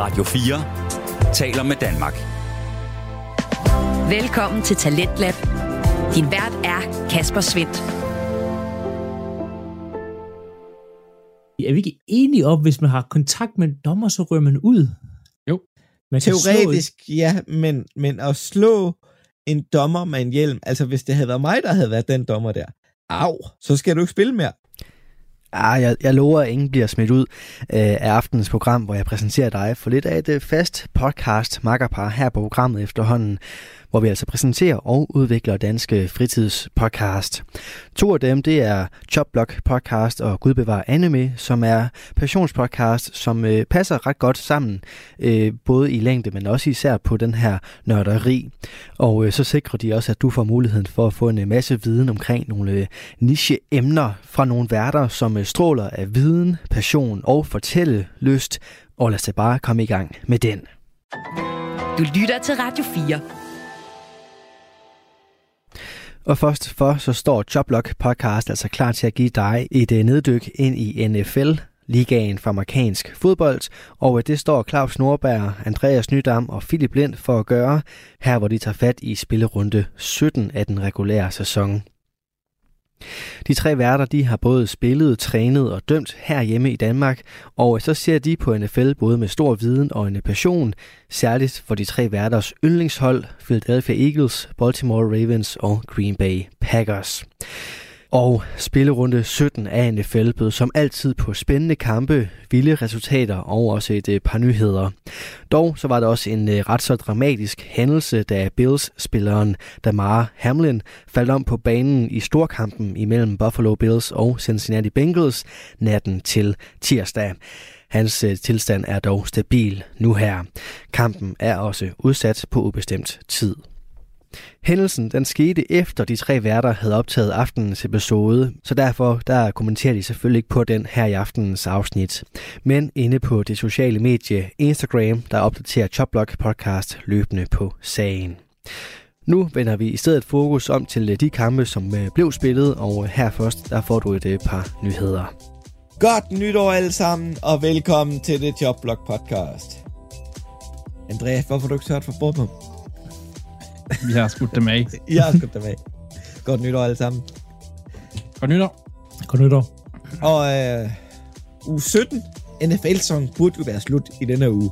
Radio 4 taler med Danmark. Velkommen til Talentlab. Din vært er Kasper Svendt. Er vi ikke enige om, hvis man har kontakt med en dommer, så rører man ud? Jo. Teoretisk, ja, men at slå en dommer med en hjelm, altså hvis det havde været mig, der havde været den dommer der, så skal du ikke spille mere. Jeg lover, at ingen bliver smidt ud af aftenens program, hvor jeg præsenterer dig for lidt af et fast podcast makkerpar her på programmet efterhånden, hvor vi altså præsenterer og udvikler danske fritidspodcast. 2 af dem, det er Chopblock podcast og Gud bevar anime, som er passionspodcast, som passer ret godt sammen, både i længde, men også især på den her nørderi. Og så sikrer de også, at du får muligheden for at få en masse viden omkring nogle niche-emner fra nogle værter, som stråler af viden, passion og fortællelyst. Og lad os bare komme i gang med den. Du lytter til Radio 4. Og først for, så står Chopblock podcast altså klar til at give dig et neddyk ind i NFL, ligaen for amerikansk fodbold, og det står Claus Nordberg, Andreas Nydam og Philip Lind for at gøre, her hvor de tager fat i spillerunde 17 af den regulære sæson. De 3 værter, de har både spillet, trænet og dømt herhjemme i Danmark, og så ser de på NFL både med stor viden og en passion, særligt for de 3 værters yndlingshold, Philadelphia Eagles, Baltimore Ravens og Green Bay Packers. Og spillerunde 17 af NFL bød som altid på spændende kampe, vilde resultater og også et par nyheder. Dog så var der også en ret så dramatisk hændelse, da Bills-spilleren Damar Hamlin faldt om på banen i storkampen imellem Buffalo Bills og Cincinnati Bengals natten til tirsdag. Hans tilstand er dog stabil nu her. Kampen er også udsat på ubestemt tid. Hændelsen den skete efter de 3 værter havde optaget aftenens episode, så derfor der kommenterer de selvfølgelig ikke på den her i aftenens afsnit. Men inde på det sociale medie Instagram, der opdaterer Chopblock podcast løbende på sagen. Nu vender vi i stedet fokus om til de kampe, som blev spillet, og her først der får du et par nyheder. Godt nytår alle sammen, og velkommen til det Chopblock podcast. Andreas, hvorfor du ikke tørt for bordpump? Jeg har skudt dem af. Jeg har skudt dem af. Godt nytår alle sammen. Godt nytår. Godt nytår. Og uge 17, NFL-sæson burde jo være slut i denne uge.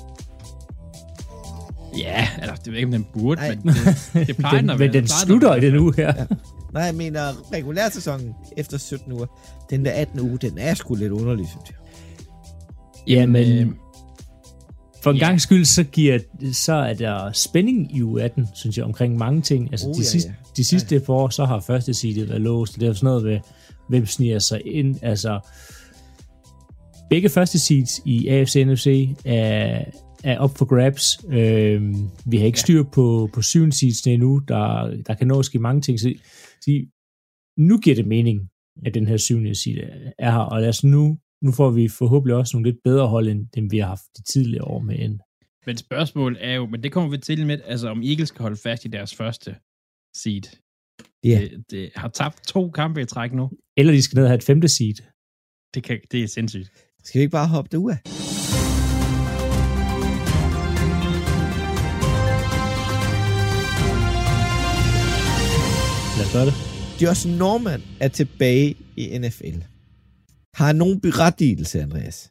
Ja, altså, det ved ikke, om den burde, Nej. men det plejer den at være. Men den slutter i den uge her. Ja. Nej, jeg mener regulærsæsonen efter 17 uger. Den der 18. uge, den er sgu lidt underlig, synes jeg. Ja, men for en gang skyld, så er der spænding i uge 18, synes jeg, omkring mange ting. Altså de sidste forår, så har første seedet været låst. Det er sådan noget ved, hvem sniger sig ind. Altså, begge første seeds i AFC og NFC er op for grabs. Vi har ikke styr på 7. seeds endnu. Der kan nå at ske mange ting. Så nu giver det mening, at den her 7. seed er her. Og lad os nu får vi forhåbentlig også nogle lidt bedre hold, end vi har haft de tidligere år med en. Men spørgsmålet er jo, men det kommer vi til med, altså om Eagles skal holde fast i deres første seed. Yeah. Det har tabt 2 kampe i træk nu. Eller de skal ned og have et 5. seed. Det er sindssygt. Skal vi ikke bare hoppe det ud af? Lad os gøre det. Josh Norman er tilbage i NFL. Har han nogen berettigelse, Andreas?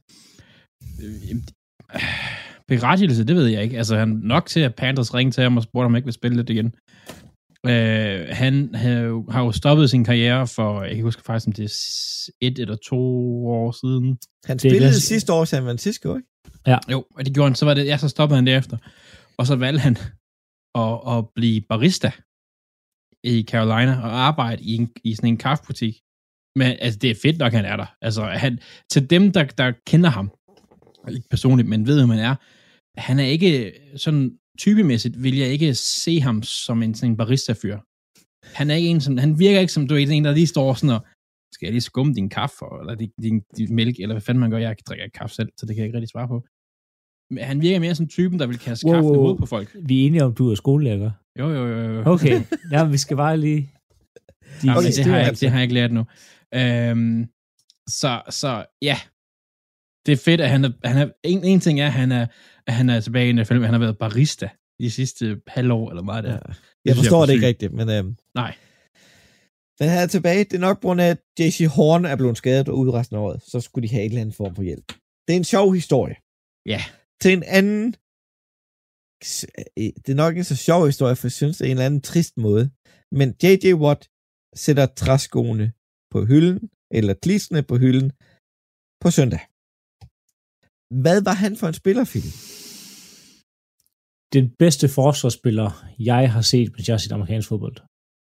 Berettigelse, det ved jeg ikke. Altså, han nok til, at Panthers ringede til ham og spurgte, om han ikke vil spille lidt igen. Han har jo stoppet sin karriere for, jeg kan huske faktisk, om det er 1 eller 2 år siden. Han spillede sidste år i San Francisco, ikke? Ja. Jo, og det gjorde han. Så stoppede han derefter. Og så valgte han at blive barista i Carolina og arbejde i sådan en kaffebutik. Men altså, det er fedt nok, han er der. Altså, til dem, der kender ham, ikke personligt, men ved, hvem han er, han er ikke sådan typemæssigt, vil jeg ikke se ham som sådan en barista-fyr. Han er ikke en, som, han virker ikke som, du er en, der lige står sådan og, skal jeg lige skumme din kaffe, eller din mælk, eller hvad fanden man gør, jeg drikker ikke kaffe selv, så det kan jeg ikke rigtig svare på. Men han virker mere som typen, der vil kaste kaffe i hovedet på folk. Vi er enige om, du er skolelærer. Jo. Okay, ja, vi skal bare lige... Okay, det har jeg ikke lært nu. Så ja, det er fedt, at han er en ting er, at han er tilbage i NFL, men han har været barista de sidste halvår, eller meget der. Ja. Jeg forstår det ikke rigtigt, men... Nej. Men han er tilbage. Det er nok på grund af, at J.C. Horn er blevet skadet og ude resten af året. Så skulle de have en eller anden form for hjælp. Det er en sjov historie. Ja. Til en anden... Det er nok ikke så sjov historie, for jeg synes, det er en eller anden trist måde. Men J.J. Watt sætter træskoene på hylden, eller klistene på hylden, på søndag. Hvad var han for en spiller, Philip? Den bedste forsvarsspiller, jeg har set, hvis jeg har set amerikansk fodbold.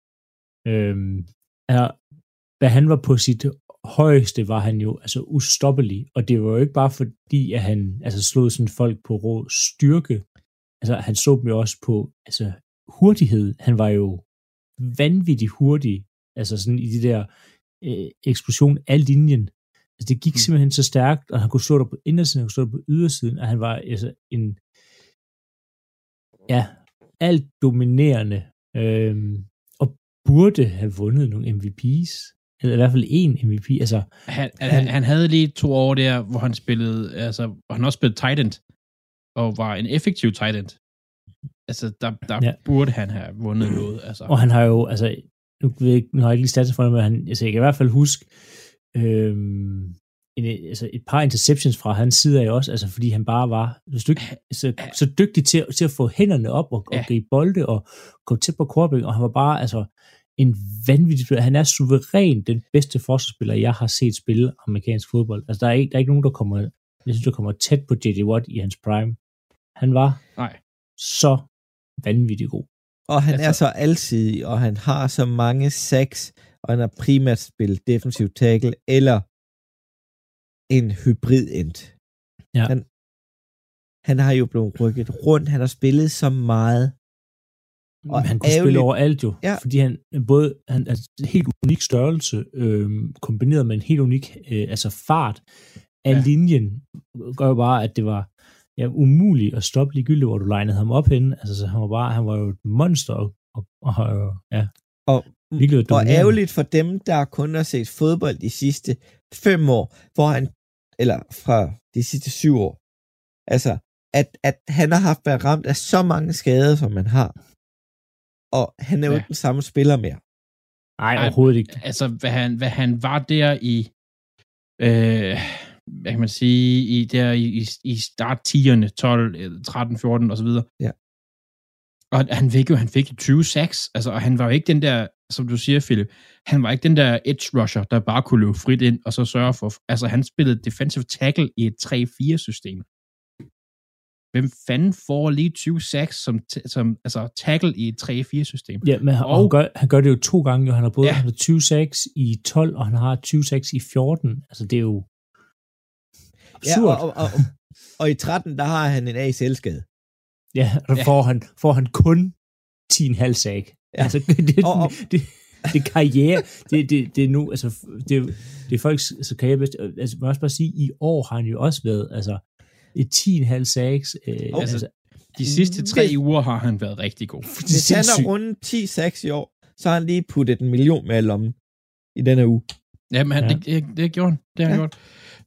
Da han var på sit højeste, var han jo altså ustoppelig, og det var jo ikke bare fordi, at han altså slog sådan folk på rå styrke. Altså, han så dem jo også på altså, hurtighed. Han var jo vanvittigt hurtig, altså sådan i de der eksplosion af linjen. Altså, det gik simpelthen så stærkt, og han kunne stå der på indersiden, han kunne stå der på ydersiden, og han var altså en alt dominerende, og burde have vundet nogle MVP's, eller i hvert fald en MVP. Altså, han havde lige 2 år der, hvor han spillede, altså, hvor han også spillede tight end, og var en effektiv tight end. Altså, der burde han have vundet noget. Altså. Og han har jo, altså, nu har jeg ikke lige stats for det, men jeg kan i hvert fald huske et par interceptions fra hans side af også, altså fordi han bare var så dygtig til at få hænderne op og gribe bolde og gå tæt på quarterback, og han var bare altså en vanvittig spiller. Han er suverænt den bedste forsvarsspiller, jeg har set spille amerikansk fodbold. Altså der er ikke nogen, der kommer tæt på J.J. Watt i hans prime. Han var så vanvittigt god. Og han er så alsidig, og han har så mange sacks, og han har primært spillet defensiv tackle, eller en hybrid end. Ja. Han har jo blevet rykket rundt, han har spillet så meget. Og han kunne spille overalt jo, fordi han er en helt unik størrelse, kombineret med en helt unik altså fart af linjen, gør jo bare, at det var umuligt at stoppe ligegyldigt, hvor du lignede ham op henne. Altså, så han var jo et monster, og ærgerligt for dem, der kun har set fodbold de sidste 5 år, eller fra de sidste 7 år. Altså, at han har været ramt af så mange skader, som man har. Og han er jo ikke den samme spiller mere. Nej, overhovedet ikke. Altså, hvad han var der i hvad kan man sige, i start 10'erne, 12, 13, 14 og så videre. Ja. Og han fik 20 sacks, altså, og han var jo ikke den der, som du siger, Philip, han var ikke den der edge rusher, der bare kunne løbe frit ind og så sørge for, altså han spillede defensive tackle i et 3-4-system. Hvem fanden får lige 20 sacks som altså tackle i et 3-4-system? Ja, men han gør det jo 2 gange, jo. Han har både 20 sacks i 12, og han har 20 sacks i 14. Altså, det er jo absurd. Ja, og i 13, der har han en ACL-skade. Ja, og der får han kun 10,5 sack. Ja. Altså, det er karriere. Det er nu, altså, det er folks altså, karriere bedst. Altså, man også bare sige, i år har han jo også været, altså, et 10,5 sacks. Altså, de sidste 3 uger har han været rigtig god. Hvis han har rundet 10 sacks i år, så har han lige puttet 1 million med i lommen i denne uge. Jamen, det gjorde han. Det har han gjort.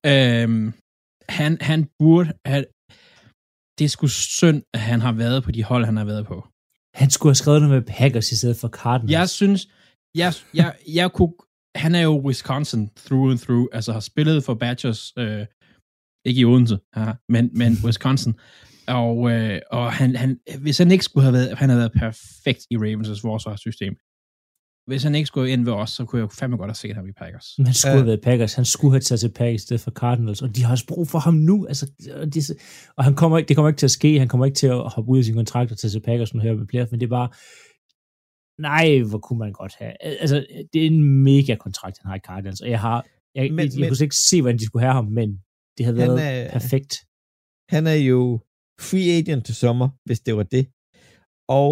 Han burde have... Det er sgu synd, at han har været på de hold, han har været på. Han skulle have skrevet noget med Packers i stedet for Cardinals. Jeg synes... Jeg kunne... Han er jo Wisconsin through and through. Altså har spillet for Badgers... ikke i Odense, men Wisconsin. Og han, hvis han ikke skulle have været... Han havde været perfekt i Ravens' forsvarssystem. Hvis han ikke skulle ind ved os, så kunne jeg fandme godt have set ham i Packers. Men han skulle have været Packers. Han skulle have taget til Packers i stedet for Cardinals, og de har også brug for ham nu. Altså, og det kommer ikke til at ske. Han kommer ikke til at hoppe ud af sin kontrakt og tage til Packers nu her med playoff, men det er bare... Nej, hvor kunne man godt have... Altså, det er en mega kontrakt, han har i Cardinals, og jeg kunne ikke se, hvordan de skulle have ham, men det havde været perfekt. Han er jo free agent til sommer, hvis det var det. Og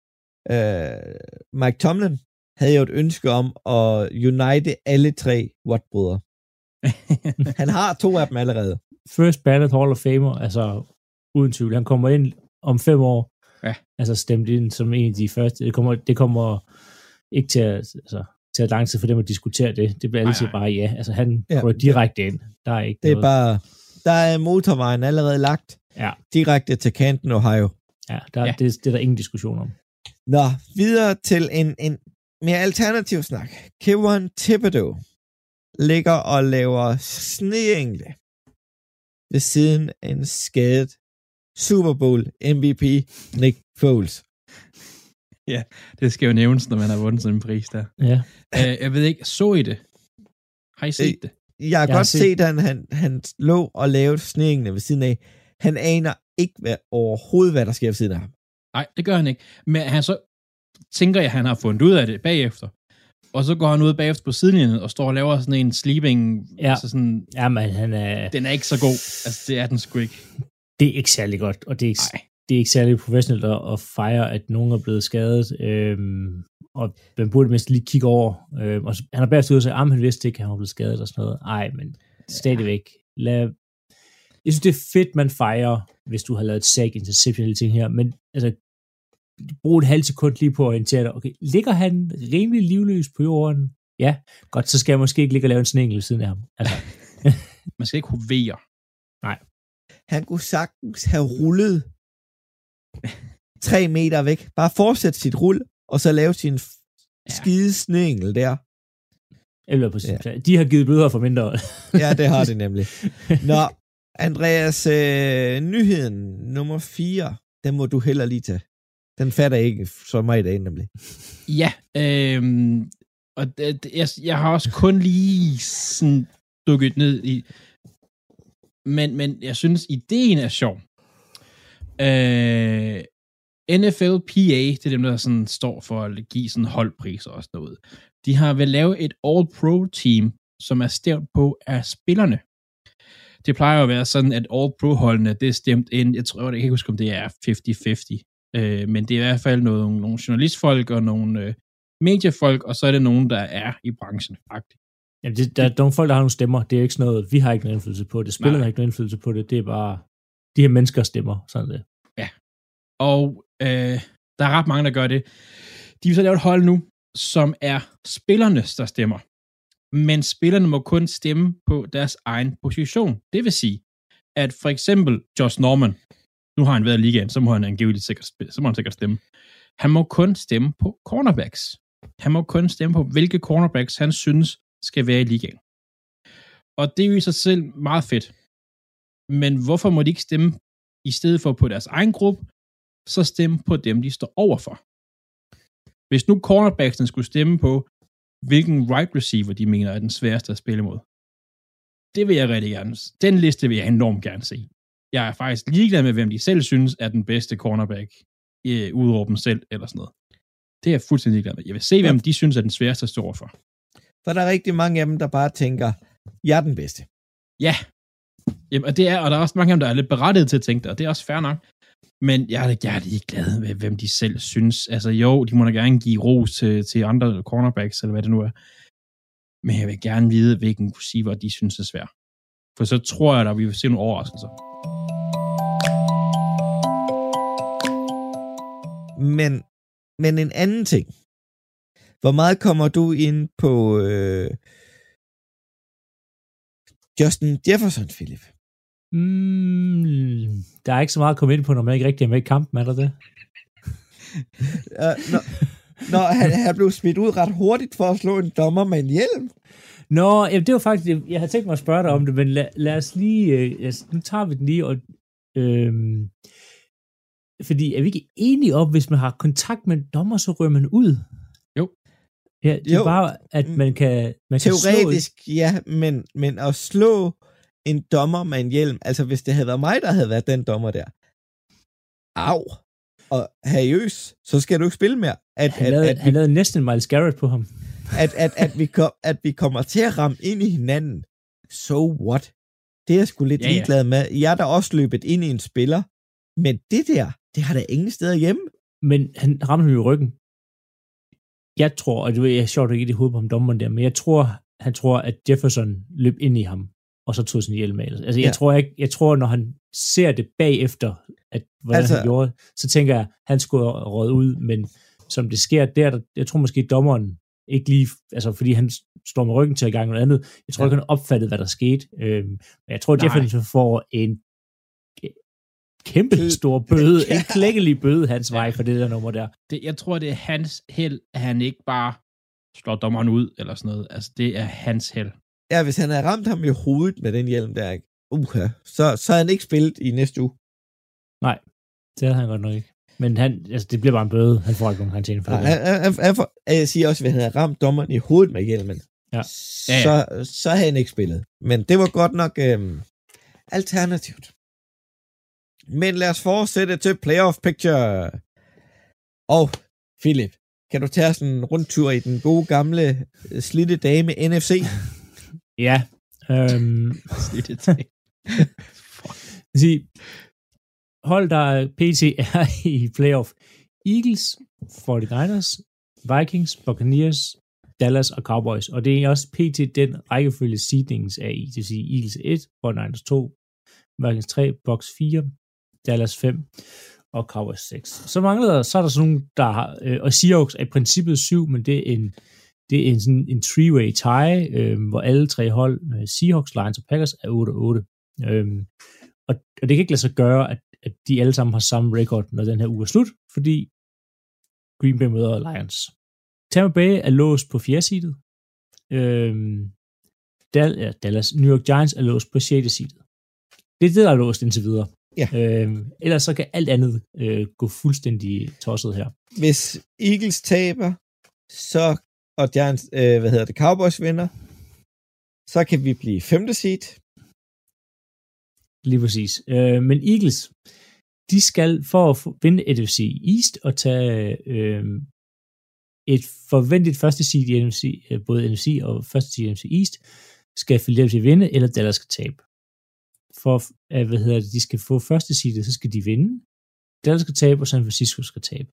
Mike Tomlin havde jo et ønske om at unite alle 3 Watt-brødre. Han har 2 af dem allerede. First ballot Hall of Famer, altså uden tvivl. Han kommer ind om 5 år, altså stemt ind som en af de første. Det kommer ikke til at tage lang tid for dem at diskutere det. Det bliver altid bare ja. Altså han går direkte ind. Der er ikke det er noget. Der er motorvejen allerede lagt direkte til Canton, Ohio. Ja, det er der ingen diskussion om. Nå, videre til en mere alternativ snak. Kevin Thibodeau ligger og laver sneengle ved siden af en skadet Super Bowl MVP Nick Foles. Ja, det skal jo nævnes, når man har vundet sådan en pris der. Ja. Jeg ved ikke, så I det? Har I set det? Jeg har godt set, at han lå og lavede sneengle ved siden af. Han aner ikke overhovedet, hvad der sker ved siden af ham. Nej, det gør han ikke. Men han så tænker jeg, at han har fundet ud af det bagefter. Og så går han ud bagefter på sidelinjen og står og laver sådan en sleeping. Ja, altså sådan, men han er... Den er ikke så god. Altså, det er den sgu ikke. Det er ikke særlig godt, og det er ikke særlig professionelt at fejre, at nogen er blevet skadet. Og man burde mindst lige kigge over. Og han har bagefter ud og sige, at han vidste ikke, at han var blevet skadet og sådan noget. Ej, men stadigvæk. Jeg synes, det er fedt, man fejrer, hvis du har lavet et sack interception eller ting her, men altså, brug et halvt sekund lige på at orientere dig. Okay, ligger han rimelig livløs på jorden? Ja, godt, så skal jeg måske ikke ligge og lave en snegel ved siden af ham. Altså. Man skal ikke hovere. Nej. Han kunne sagtens have rullet 3 meter væk. Bare fortsætte sit rull, og så lave sin skide snegel der. Eller på sin plads. De har givet bøder for mindre. Ja, det har det nemlig. Nå, Andreas, nyheden nummer 4, den må du heller lige tage. Den fatter ikke så meget i dag, nemlig. Ja, og jeg har også kun lige sådan dukket ned i, men jeg synes, ideen er sjov. NFLPA, det er dem, der sådan står for at give sådan holdpriser og sådan noget. De har vel lavet et All-Pro-team, som er stemt på af spillerne. Det plejer at være sådan, at All-Pro-holdene, det er stemt ind, jeg tror, jeg kan ikke huske, om det er 50-50. Men det er i hvert fald nogle journalistfolk og nogle mediefolk, og så er det nogen, der er i branchen, faktisk. Jamen, der er nogle folk, der har nogle stemmer. Det er ikke sådan noget, vi har ikke nogen indflydelse på det. Spillerne har ikke nogen indflydelse på det. Det er bare de her mennesker stemmer, sådan det. Ja, og der er ret mange, der gør det. De vil så lave et hold nu, som er spillernes, der stemmer. Men spillerne må kun stemme på deres egen position. Det vil sige, at for eksempel Josh Norman, nu har han været i ligaen, så må han angiveligt sikkert stemme. Han må kun stemme på cornerbacks. Han må kun stemme på, hvilke cornerbacks han synes skal være i ligaen. Og det er jo i sig selv meget fedt. Men hvorfor må de ikke stemme i stedet for på deres egen gruppe, så stemme på dem, de står overfor? Hvis nu cornerbacksene skulle stemme på, hvilken right receiver de mener er den sværeste at spille mod, det vil jeg rigtig gerne. Den liste vil jeg enormt gerne se. Jeg er faktisk ligeglad med, hvem de selv synes er den bedste cornerback, udover dem selv, eller sådan noget. Det er jeg fuldstændig ligeglad med. Jeg vil se, hvem de synes er den sværeste at stå overfor. For der er rigtig mange af dem, der bare tænker, jeg er den bedste. Ja. Jamen, og der er også mange af dem, der er lidt berettiget til at tænke det, og det er også fair nok. Men jeg er ligeglad med, hvem de selv synes. Altså jo, de må da gerne give ros til andre cornerbacks, eller hvad det nu er. Men jeg vil gerne vide, hvilken receiver de synes er svær. For så tror jeg, at vi vil se nogle overraskelser. Men en anden ting. Hvor meget kommer du ind på Justin Jefferson, Philip? Der er ikke så meget at komme ind på, når man ikke rigtig er med i kampen, er der det? Når han blev smidt ud ret hurtigt for at slå en dommer med en hjelm. Nå, det var faktisk, jeg havde tænkt mig at spørge dig om det, men lad os lige, nu tager vi den lige, og fordi er vi ikke enige om, hvis man har kontakt med en dommer, så rører man ud? Jo. Ja, det er bare, at man kan teoretisk, ja, men at slå en dommer med en hjelm, altså hvis det havde været mig, der havde været den dommer der, au, og seriøs, så skal du ikke spille mere. Han lavede næsten Myles Garrett på ham. At vi kommer til at ramme ind i hinanden, so what? Det er jeg sgu lidt ligeglad med. Jeg er da også løbet ind i en spiller, men det har der ingen steder hjemme. Men han ramte jo i ryggen. Jeg tror, og jeg er sjovt ikke i det hoved på ham dommeren der, men han tror, at Jefferson løb ind i ham, og så tog sin hjelm af. Altså, jeg tror, når han ser det bagefter, at hvordan han gjorde, så tænker jeg, han skulle have røget ud, men som det sker der, jeg tror måske dommeren Ikke lige, altså fordi han står med ryggen til at gang noget andet. Jeg tror ikke, han opfattede, hvad der skete. Men jeg tror, Jeff Henderson får en kæmpe stor bøde, en klækkelig bøde hans vej for det der nummer der. Jeg tror, det er hans held, at han ikke bare slår dommeren ud, eller sådan noget. Altså, det er hans held. Ja, hvis han havde ramt ham i hovedet med den hjelm der, så havde han ikke spillet i næste uge. Nej, det havde han godt nok ikke. Men det bliver bare en bøde. Han får ikke nogen karantæne for det. Jeg siger også, at hvis han havde ramt dommeren i hovedet med hjelmen, så havde han ikke spillet. Men det var godt nok alternativt. Men lad os fortsætte til playoff picture. Og Philip, kan du tage sådan en rundtur i den gode gamle slidte dame NFC? Ja. Slidte dame. Hold der PT er i playoff. Eagles, 49ers, Vikings, Buccaneers, Dallas og Cowboys. Og det er også PT den rækkefølge seedings er i. Det vil sige Eagles 1, 49ers 2, Vikings 3, Bucs 4, Dallas 5 og Cowboys 6. Så er der sådan nogle, der har, og Seahawks er i princippet 7, men det er sådan en three-way tie, hvor alle tre hold, Seahawks, Lions og Packers, er 8-8. Og det kan ikke lade sig gøre, at de alle sammen har samme record, når den her uge er slut, fordi Green Bay møder Lions. Tampa Bay er låst på 4. seedet. Dallas, New York Giants er låst på 6. seedet. Det er det, der er låst indtil videre. Ja. Ellers så kan alt andet gå fuldstændig tosset her. Hvis Eagles taber, og Giants, Cowboys vinder, så kan vi blive 5. seed. Lige præcis. Men Eagles, de skal for at vinde NFC East og tage et forventet første seed i NFC, både NFC og første seed i NFC East, skal Philadelphia vinde, eller Dallas skal tabe. For de skal få første seed, så skal de vinde. Dallas skal tabe, og San Francisco skal tabe.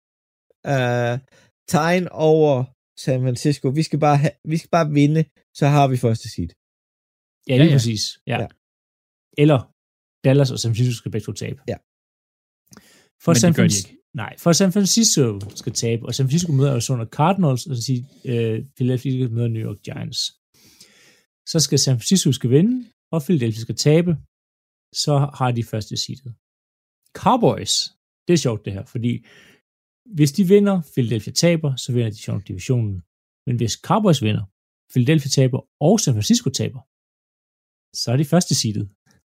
Tegn over San Francisco. Vi skal bare vinde, så har vi første seed. Ja, lige præcis. Ja. Eller Dallas og San Francisco skal begge to tabe. Ja. Men det gør de ikke. Nej, for San Francisco skal tabe, og San Francisco møder Arizona Cardinals, og så siger Philadelphia møder New York Giants. Så skal San Francisco skal vinde, og Philadelphia skal tabe, så har de første seedet. Cowboys, det er sjovt det her, fordi hvis de vinder, Philadelphia taber, så vinder de sjovt divisionen. Men hvis Cowboys vinder, Philadelphia taber, og San Francisco taber, så er de første seedet.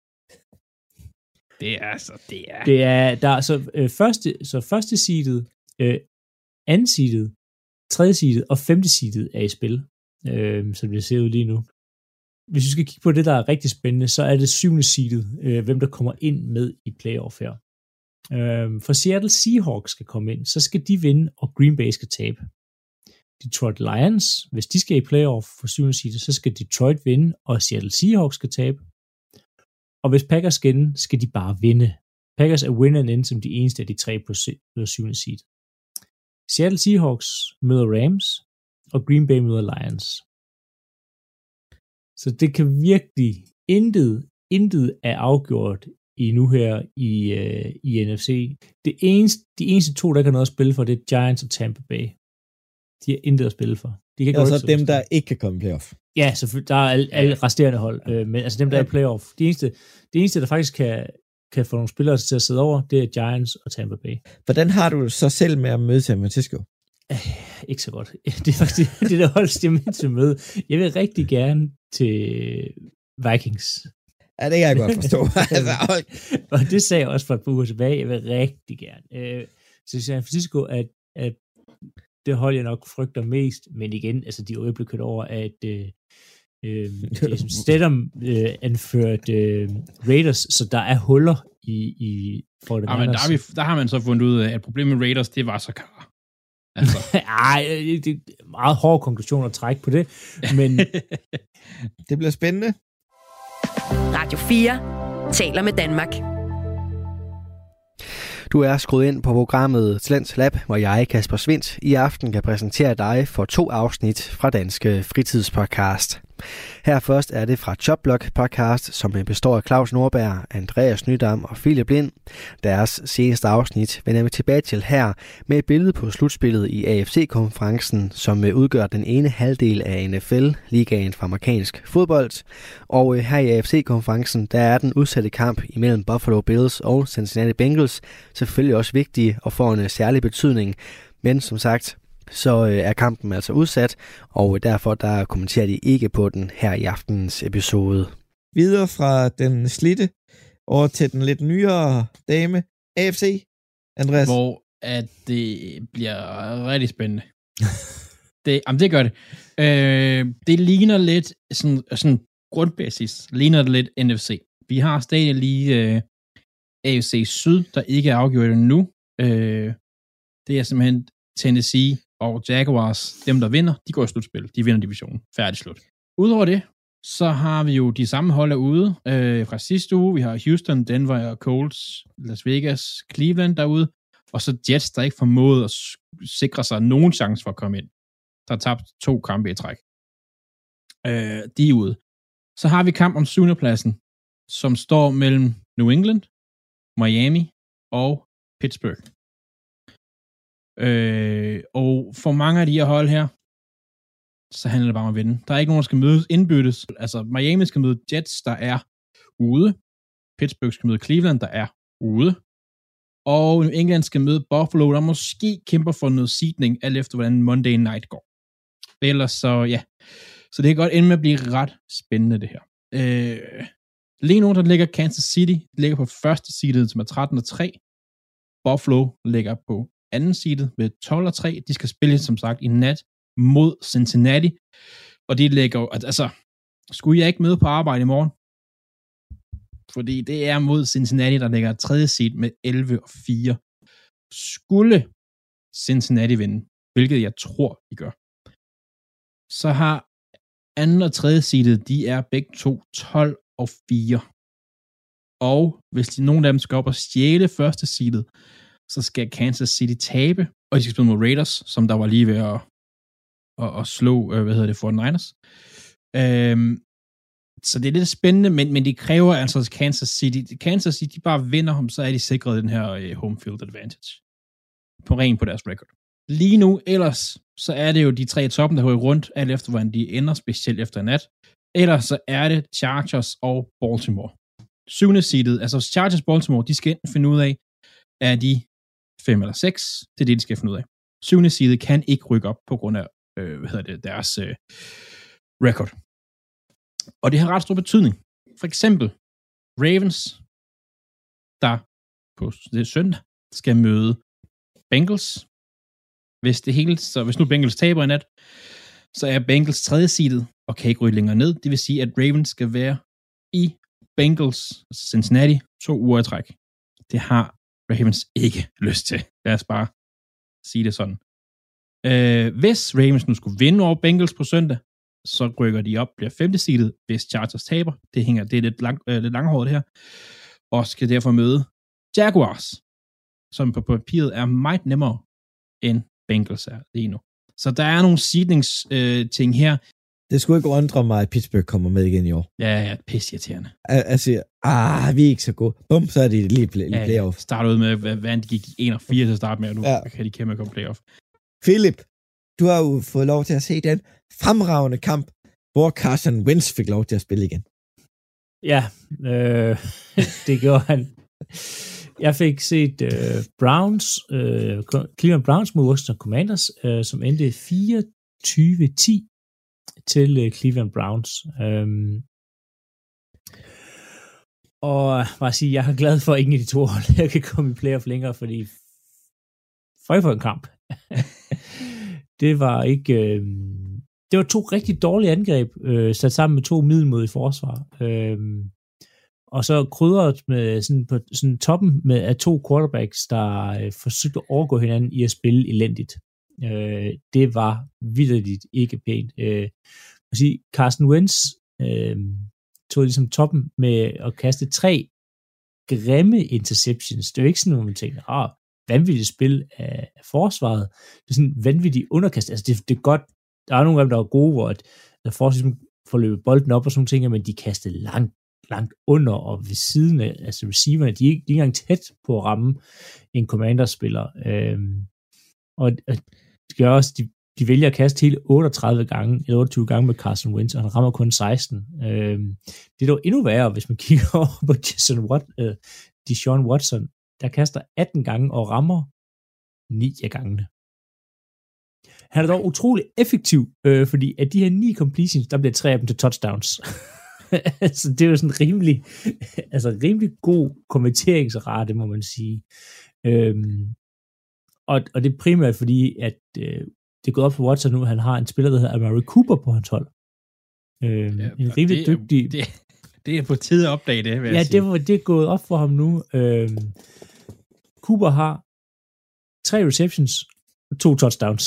Det er der første seedet, anden seedet, tredje seedet og femte seedet er i spil, som det ser ud lige nu. Hvis vi skal kigge på det, der er rigtig spændende, så er det 7. seedet, hvem der kommer ind med i playoff her. For Seattle Seahawks skal komme ind, så skal de vinde, og Green Bay skal tabe. Detroit Lions, hvis de skal i playoff for 7. seedet, så skal Detroit vinde, og Seattle Seahawks skal tabe. Og hvis Packers skal ende, skal de bare vinde. Packers er winner and end som de eneste af de 3 på 7. seed. Seattle Seahawks møder Rams, og Green Bay møder Lions. Så det kan virkelig intet er afgjort nu her i NFC. De eneste 2, der ikke har noget at spille for, det er Giants og Tampa Bay. De har intet at spille for. De kan så dem, der ikke kan komme i playoff. Ja, selvfølgelig. Der er alle resterende hold. Men altså dem, der er i playoff. Det eneste, der faktisk kan få nogle spillere til at sidde over, det er Giants og Tampa Bay. Hvordan har du så selv med at møde San Francisco? Ikke så godt. Det er faktisk det, der holdes til med til møde. Jeg vil rigtig gerne til Vikings. Ja, det kan jeg godt forstå. Og det sagde jeg også for et par uger tilbage. Jeg vil rigtig gerne. Så San Francisco, at det hold jeg nok frygter mest, men igen, altså de er jo blevet kørt over, at Stedham anført Raiders, så der er huller i for det. Ja, men der har man så fundet ud af, at problemet med Raiders, det var så klar. Altså. Ej, det er meget hård konklusion at trække på det, men det bliver spændende. Radio 4 taler med Danmark. Du er skruet ind på programmet Talents Lab, hvor jeg, Kasper Svindt, i aften kan præsentere dig for 2 afsnit fra Danske Fritidspodcast. Her først er det fra Chopblock podcast, som består af Claus Nordberg, Andreas Nydam og Philip Lind. Deres seneste afsnit vender vi tilbage til her med et billede på slutspillet i AFC-konferencen, som udgør den ene halvdel af NFL, ligaen for amerikansk fodbold. Og her i AFC-konferencen, der er den udsatte kamp imellem Buffalo Bills og Cincinnati Bengals selvfølgelig også vigtig og får en særlig betydning. Men som sagt, så er kampen altså udsat, og derfor der kommenterer de ikke på den her i aftenens episode. Videre fra den slidte over til den lidt nyere dame, AFC, Andreas. Hvor at det bliver rigtig spændende. Det gør det. Det ligner lidt sådan grundbasis, ligner det lidt NFC. Vi har stadig lige AFC Syd, der ikke er afgjort endnu. Det er simpelthen Tennessee og Jaguars, dem der vinder, de går i slutspil. De vinder divisionen. Færdig slut. Udover det, så har vi jo de samme hold derude fra sidste uge. Vi har Houston, Denver og Colts, Las Vegas, Cleveland derude. Og så Jets, der ikke formåede at sikre sig nogen chance for at komme ind. Der har tabt 2 kampe i træk. De er ude. Så har vi kamp om 7. pladsen, som står mellem New England, Miami og Pittsburgh. Og for mange af de her hold her, så handler det bare om at vinde. Der er ikke nogen, der skal mødes indbyttes. Altså, Miami skal møde Jets, der er ude. Pittsburgh skal møde Cleveland, der er ude. Og New England skal møde Buffalo, der måske kæmper for noget seedning, alt efter hvordan Monday Night går. Ellers så, ja. Så det kan godt ende med at blive ret spændende, det her. Lige nu, der ligger Kansas City, ligger på første seedet, som er 13-3. Buffalo ligger på anden seedet med 12-3. De skal spille, som sagt, i nat mod Cincinnati. Og de ligger, altså, skulle jeg ikke møde på arbejde i morgen? Fordi det er mod Cincinnati, der ligger tredje seed med 11-4. Skulle Cincinnati vinde, hvilket jeg tror, de gør, så har anden og tredje seedet, de er begge to 12-4. Og hvis nogen af dem skal op og stjæle første seedet, så skal Kansas City tabe, og de skal spille mod Raiders, som der var lige ved at slå, 49ers. Så det er lidt spændende, men det kræver altså Kansas City bare vinder ham, så er de sikret den her home field advantage. På deres record. Lige nu, ellers, så er det jo de 3 toppen, der hører rundt, alt efter hvordan de ender, specielt efter nat. Ellers så er det Chargers og Baltimore. 7. seedet, altså Chargers Baltimore, de skal enten finde ud af, er de 5 eller 6, det er det, de skal finde ud af. 7. seedet kan ikke rykke op på grund af, deres record. Og det har ret stor betydning. For eksempel, Ravens, der på det søndag skal møde Bengals. Hvis nu Bengals taber i nat, så er Bengals 3. seedet og kan ikke rykke længere ned. Det vil sige, at Ravens skal være i Bengals, altså Cincinnati, 2 uger i træk. Det har Ravens ikke lyst til. Lad os bare sige det sådan. Hvis Ravens nu skulle vinde over Bengals på søndag, så rykker de op, bliver 5. seedet, hvis Chargers taber. Det er lidt langhåret det her. Og skal derfor møde Jaguars, som på papiret er meget nemmere end Bengals er lige nu. Så der er nogle seedningsting her. Det skulle ikke undre mig, at Pittsburgh kommer med igen i år. Ja, pisseirriterende. Altså, vi er ikke så gode. Bum, så er de lige playoff. Starter ud med, hvad de gik 1-4 til at starte med, og nu kan de kæmpe komme playoff. Philip, du har jo fået lov til at se den fremragende kamp, hvor Carson Wentz fik lov til at spille igen. Ja, det gjorde han. Jeg fik set Cleveland Browns mod Washington Commanders, som endte 24-10 til Cleveland Browns. Og bare sige, jeg er glad for, at ingen af de 2 hold jeg kan komme i playoff længere, fordi for en kamp. Det var ikke... det var 2 rigtig dårlige angreb, sat sammen med 2 middelmodige forsvar. Og så krydret med på toppen med af 2 quarterbacks, der forsøgte at overgå hinanden i at spille elendigt. Det var vitterligt ikke pænt. Carson Wentz tog ligesom toppen med at kaste 3 grimme interceptions. Det er jo ikke sådan, at man tænker, vanvittigt spil af forsvaret. Det er sådan vanvittigt underkast. Altså det er godt. Der er nogle af dem, der er gode, hvor der får ligesom får løbet bolden op og sådan nogle ting, men de kastede langt under og ved siden af, altså receiverne, de er ikke engang tæt på at ramme en Commanders-spiller. Og det gør også, de vælger at kaste hele 28 gange med Carson Wentz, og han rammer kun 16. Det er dog endnu værre, hvis man kigger over på Deshaun Watson, der kaster 18 gange og rammer 9 af gangene. Han er dog utrolig effektiv, fordi af de her 9 completions, der bliver 3 af dem til touchdowns. Så det er jo sådan rimelig god konverteringsrate, må man sige. Og det er primært fordi, at det er gået op for Watson nu, at han har en spiller, der hedder Amari Cooper på hans hold. En rimelig dygtig... Det er på tide at opdage det, vil jeg sige. Ja, det er gået op for ham nu. Cooper har 3 receptions og 2 touchdowns.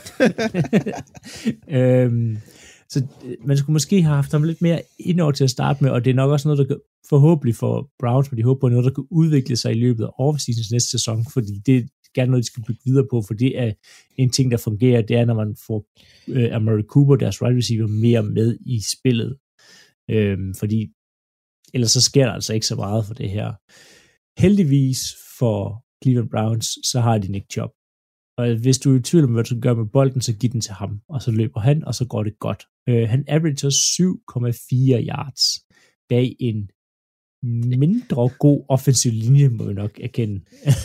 Så man skulle måske have haft ham lidt mere indover til at starte med, og det er nok også noget, der forhåbentlig for Browns, men de håber på noget, der kan udvikle sig i løbet af offseasons næste sæson, fordi det er gerne noget, de skal bygge videre på, for det er en ting, der fungerer, det er, når man får Amari Cooper, deres wide receiver, mere med i spillet. Fordi ellers så sker der altså ikke så meget for det her. Heldigvis for Cleveland Browns, så har de Nick Chubb. Og hvis du er i tvivl om, hvad du skal gøre med bolden, så giv den til ham, og så løber han, og så går det godt. Han averager 7,4 yards bag en mindre god offensiv linje, må vi nok erkende.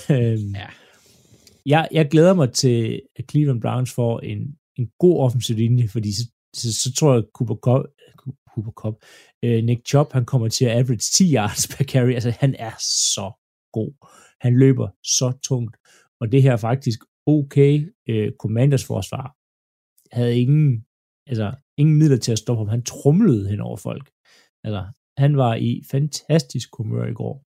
Jeg glæder mig til, at Cleveland Browns får en god offensiv linje, fordi så tror jeg, Nick Chubb, han kommer til at average 10 yards per carry. Altså, han er så god. Han løber så tungt. Og det her faktisk okay Commanders forsvar havde ingen midler til at stoppe ham. Han tromlede hen over folk. Altså, han var i fantastisk humør i går.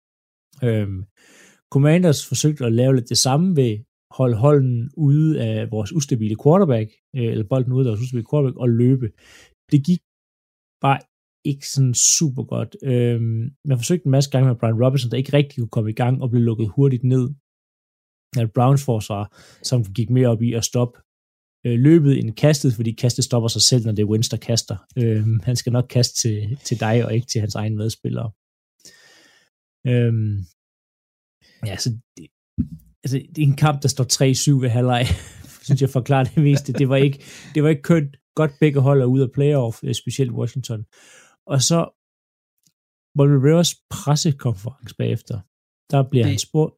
Commanders forsøgte at lave lidt det samme ved holde holden ude af vores ustabile quarterback, eller bolden ude af vores ustabile quarterback, og løbe. Det gik bare ikke sådan super godt. Man forsøgte en masse gange med Brian Robinson, der ikke rigtig kunne komme i gang, og blev lukket hurtigt ned. Browns forsvar, som gik mere op i at stoppe løbet end kastet, fordi kastet stopper sig selv, når det er Wentz, der kaster. Han skal nok kaste til dig, og ikke til hans egen medspillere. Det er en kamp, der står 3-7 ved halvleg. Synes jeg forklarer det meste. Det var ikke kønt. Godt begge hold er ude af playoff, specielt Washington. Og så Ron Riveras pressekonference bagefter, der bliver han spurgt.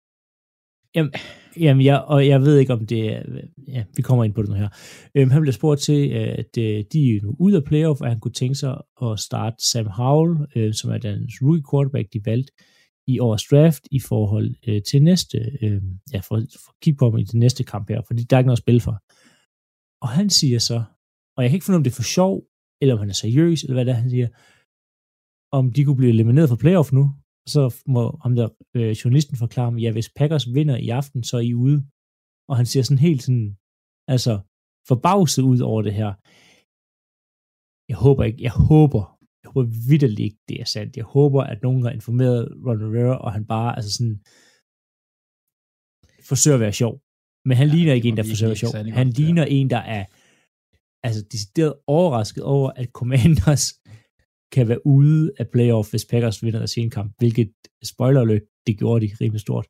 Jeg ved ikke, om det er... Ja, vi kommer ind på det nu her. Han bliver spurgt til, at de er nu ude af playoff, og han kunne tænke sig at starte Sam Howell, som er den rookie quarterback, de valgte i årets draft, i forhold til næste... for at kigge på ham i den næste kamp her, fordi der er ikke noget at spille for. Og han siger så, og jeg kan ikke finde, om det er for sjov, eller om han er seriøs, eller hvad det er, han siger, om de kunne blive elimineret fra playoff nu, så må ham der journalisten forklare mig, ja, hvis Packers vinder i aften, så er I ude. Og han ser sådan helt sådan, altså forbavset ud over det her. Jeg håber vitterligt ikke, det er sandt. Jeg håber, at nogen har informeret Ron Rivera, og han bare, altså sådan, forsøger at være sjov. Men han ligner ikke en, der forsøger at være sjov. Han ligner en, der er, altså decideret overrasket over, at Commanders kan være ude af playoff, hvis Packers vinder deres ene kamp, hvilket, spoiler alert, det gjorde de rimelig stort.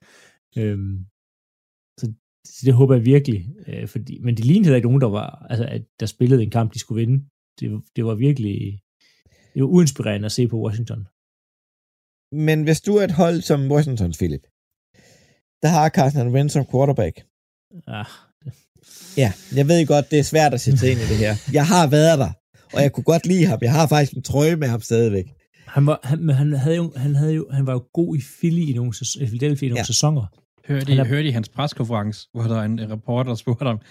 Så det håber jeg virkelig, men det lignede heller ikke nogen, der spillede en kamp, de skulle vinde. Det var virkelig, det var uinspirerende at se på Washington. Men hvis du er et hold som Washington, Philip, der har Carson Wentz som quarterback. Ja, jeg ved godt, det er svært at sætte sig ind i det her. Jeg har været der. Og jeg kunne godt lide ham. Jeg har faktisk en trøje med ham stadigvæk. Han var jo god i Philadelphia i nogle sæsoner. Hørte I hans preskonference, hvor der er en reporter, der spurgte ham,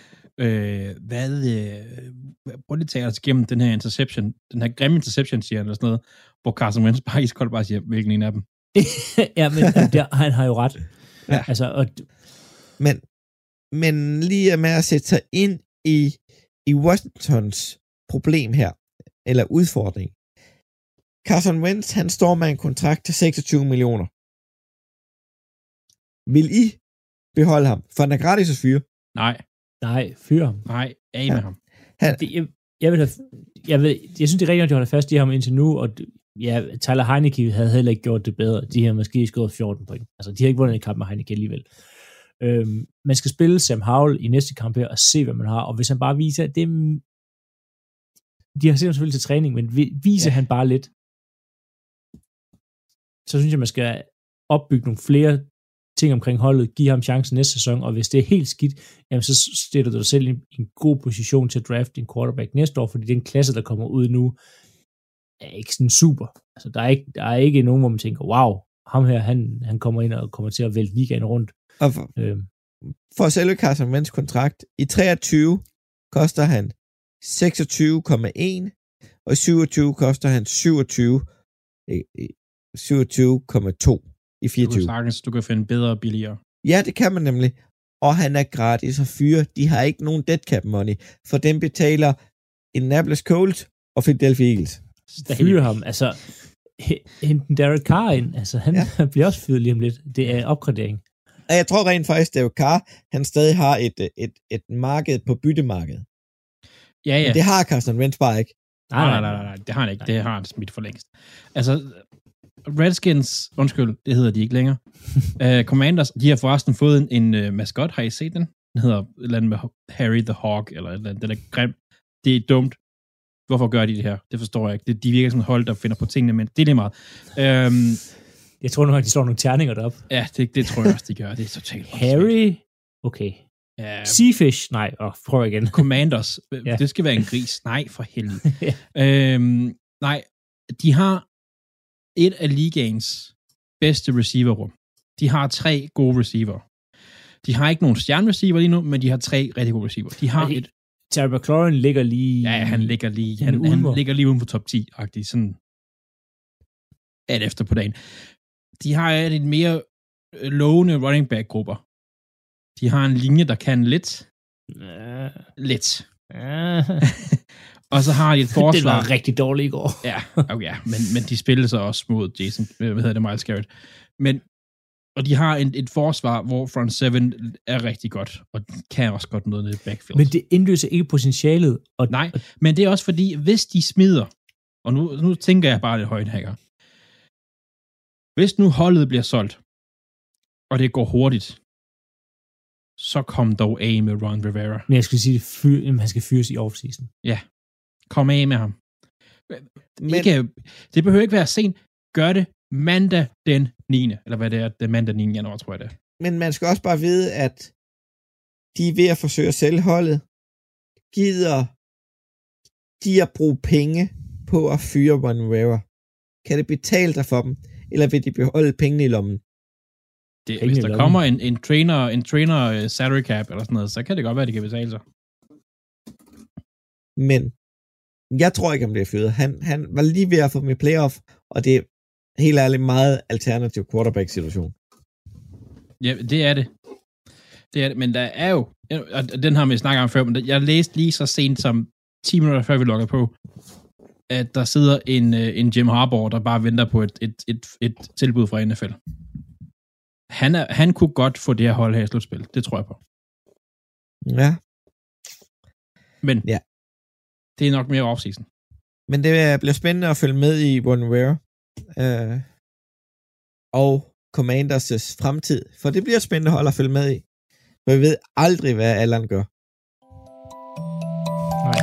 prøv lige at tage os igennem den her interception, den her grimme interception, siger han, eller sådan noget, hvor Carson Wentz bare siger, hvilken en af dem? Ja, men han har jo ret. Ja. Altså, men lige med at sætte sig ind i Washingtons problem her, eller udfordring. Carson Wentz, han står med en kontrakt til 26 millioner. Vil I beholde ham? For han er gratis at fyre. Nej, fyre ham. Nej, af med ham. Jeg synes, det er rigtigt, at de holder fast i ham indtil nu, og ja, Tyler Heineke havde heller ikke gjort det bedre. De har måske skåret 14 point. Altså, de har ikke vundet en kamp med Heineke alligevel. Man skal spille Sam Howell i næste kamp her og se, hvad man har, og hvis han bare viser, at det de har set ham selvfølgelig til træning, men viser han bare lidt, så synes jeg, man skal opbygge nogle flere ting omkring holdet, give ham chancen næste sæson, og hvis det er helt skidt, jamen så stiller du dig selv i en god position til at drafte en quarterback næste år, fordi den klasse, der kommer ud nu, er ikke sådan super. Altså, der er ikke nogen, hvor man tænker, wow, ham her, han kommer ind og kommer til at vælte ligaen rundt. Og for selve Carson Wentz kontrakt, i 23 koster han 26,1, og i 27 koster han 27,2 i 24. Du kan finde bedre og billigere. Ja, det kan man nemlig. Og han er gratis at fyre. De har ikke nogen dead cap money, for dem betaler Indianapolis Colts og Philadelphia Eagles. Fyre ham, altså hente Derek Carr ind, altså han bliver også fyret lige om lidt. Det er opgradering. Og jeg tror rent faktisk, at Derek Carr, han stadig har et marked på byttemarkedet. Ja. Men det har Carson Wentz bare ikke. Nej, det har han ikke. Det har han smidt for længst. Altså, Redskins, undskyld, det hedder de ikke længere. Commanders, de har forresten fået en maskot. Har I set den? Den hedder et eller andet med Harry the Hawk, eller et eller andet. Den er grim. Det er dumt. Hvorfor gør de det her? Det forstår jeg ikke. De virker sådan et hold, der finder på tingene, men det er lige meget. Jeg tror nogle gange, de slår nogle terninger derop. Ja, det tror jeg også, de gør. Det er totalt Harry? Okay. Seafish? Nej, prøv igen. Commanders. Det skal være en gris. Nej, for helvede. Nej, de har et af ligaens bedste receiverrum. De har 3 gode receiver. De har ikke nogen stjernereceiver lige nu, men de har 3 rigtig gode receiver. De har Terry McLaurin ligger lige... Ja, han ligger lige... Han ligger lige uden for top 10-agtigt. Sådan alt efter på dagen. De har et mere lovende running back-grupper. De har en linje, der kan lidt. Lidt. Og så har de et forsvar. Det var rigtig dårligt i går. Ja, okay, men de spiller så også mod Jason, Myles Garrett. Og de har et forsvar, hvor front 7 er rigtig godt, og kan også godt noget ned i backfield. Men det indløser ikke potentialet. Nej, men det er også fordi, hvis de smider, og nu tænker jeg bare lidt højt hacker, hvis nu holdet bliver solgt, og det går hurtigt, så kom dog af med Ron Rivera. Men jeg skulle sige, at han skal fyres i offseason. Ja, kom af med ham. Men, det behøver ikke være sent. Gør det mandag den 9. Eller hvad det er, det er mandag 9. januar, tror jeg det er. Men man skal også bare vide, at de er ved at forsøge at sælge holdet. Gider de at bruge penge på at fyre Ron Rivera? Kan det betale sig for dem? Eller vil de beholde pengene i lommen? Hvis der kommer en trainer salary cap eller sådan noget, så kan det godt være, at det kan betale sig. Men jeg tror ikke, han bliver fyret. Han var lige ved at få med playoff, og det er helt ærligt meget alternativ quarterback-situation. Ja, det er det. Det er det, men der er jo, og den har vi snakket om før, men jeg læste lige så sent som 10 minutter før vi logger på, at der sidder en Jim Harbaugh, der bare venter på et tilbud fra NFL. Han kunne godt få det her hold her i slutspil. Det tror jeg på. Ja. Men det er nok mere off-season. Men det bliver spændende at følge med i Ron Rivera og Commanders' fremtid. For det bliver spændende hold at følge med i. For vi ved aldrig, hvad Allan gør. Nej.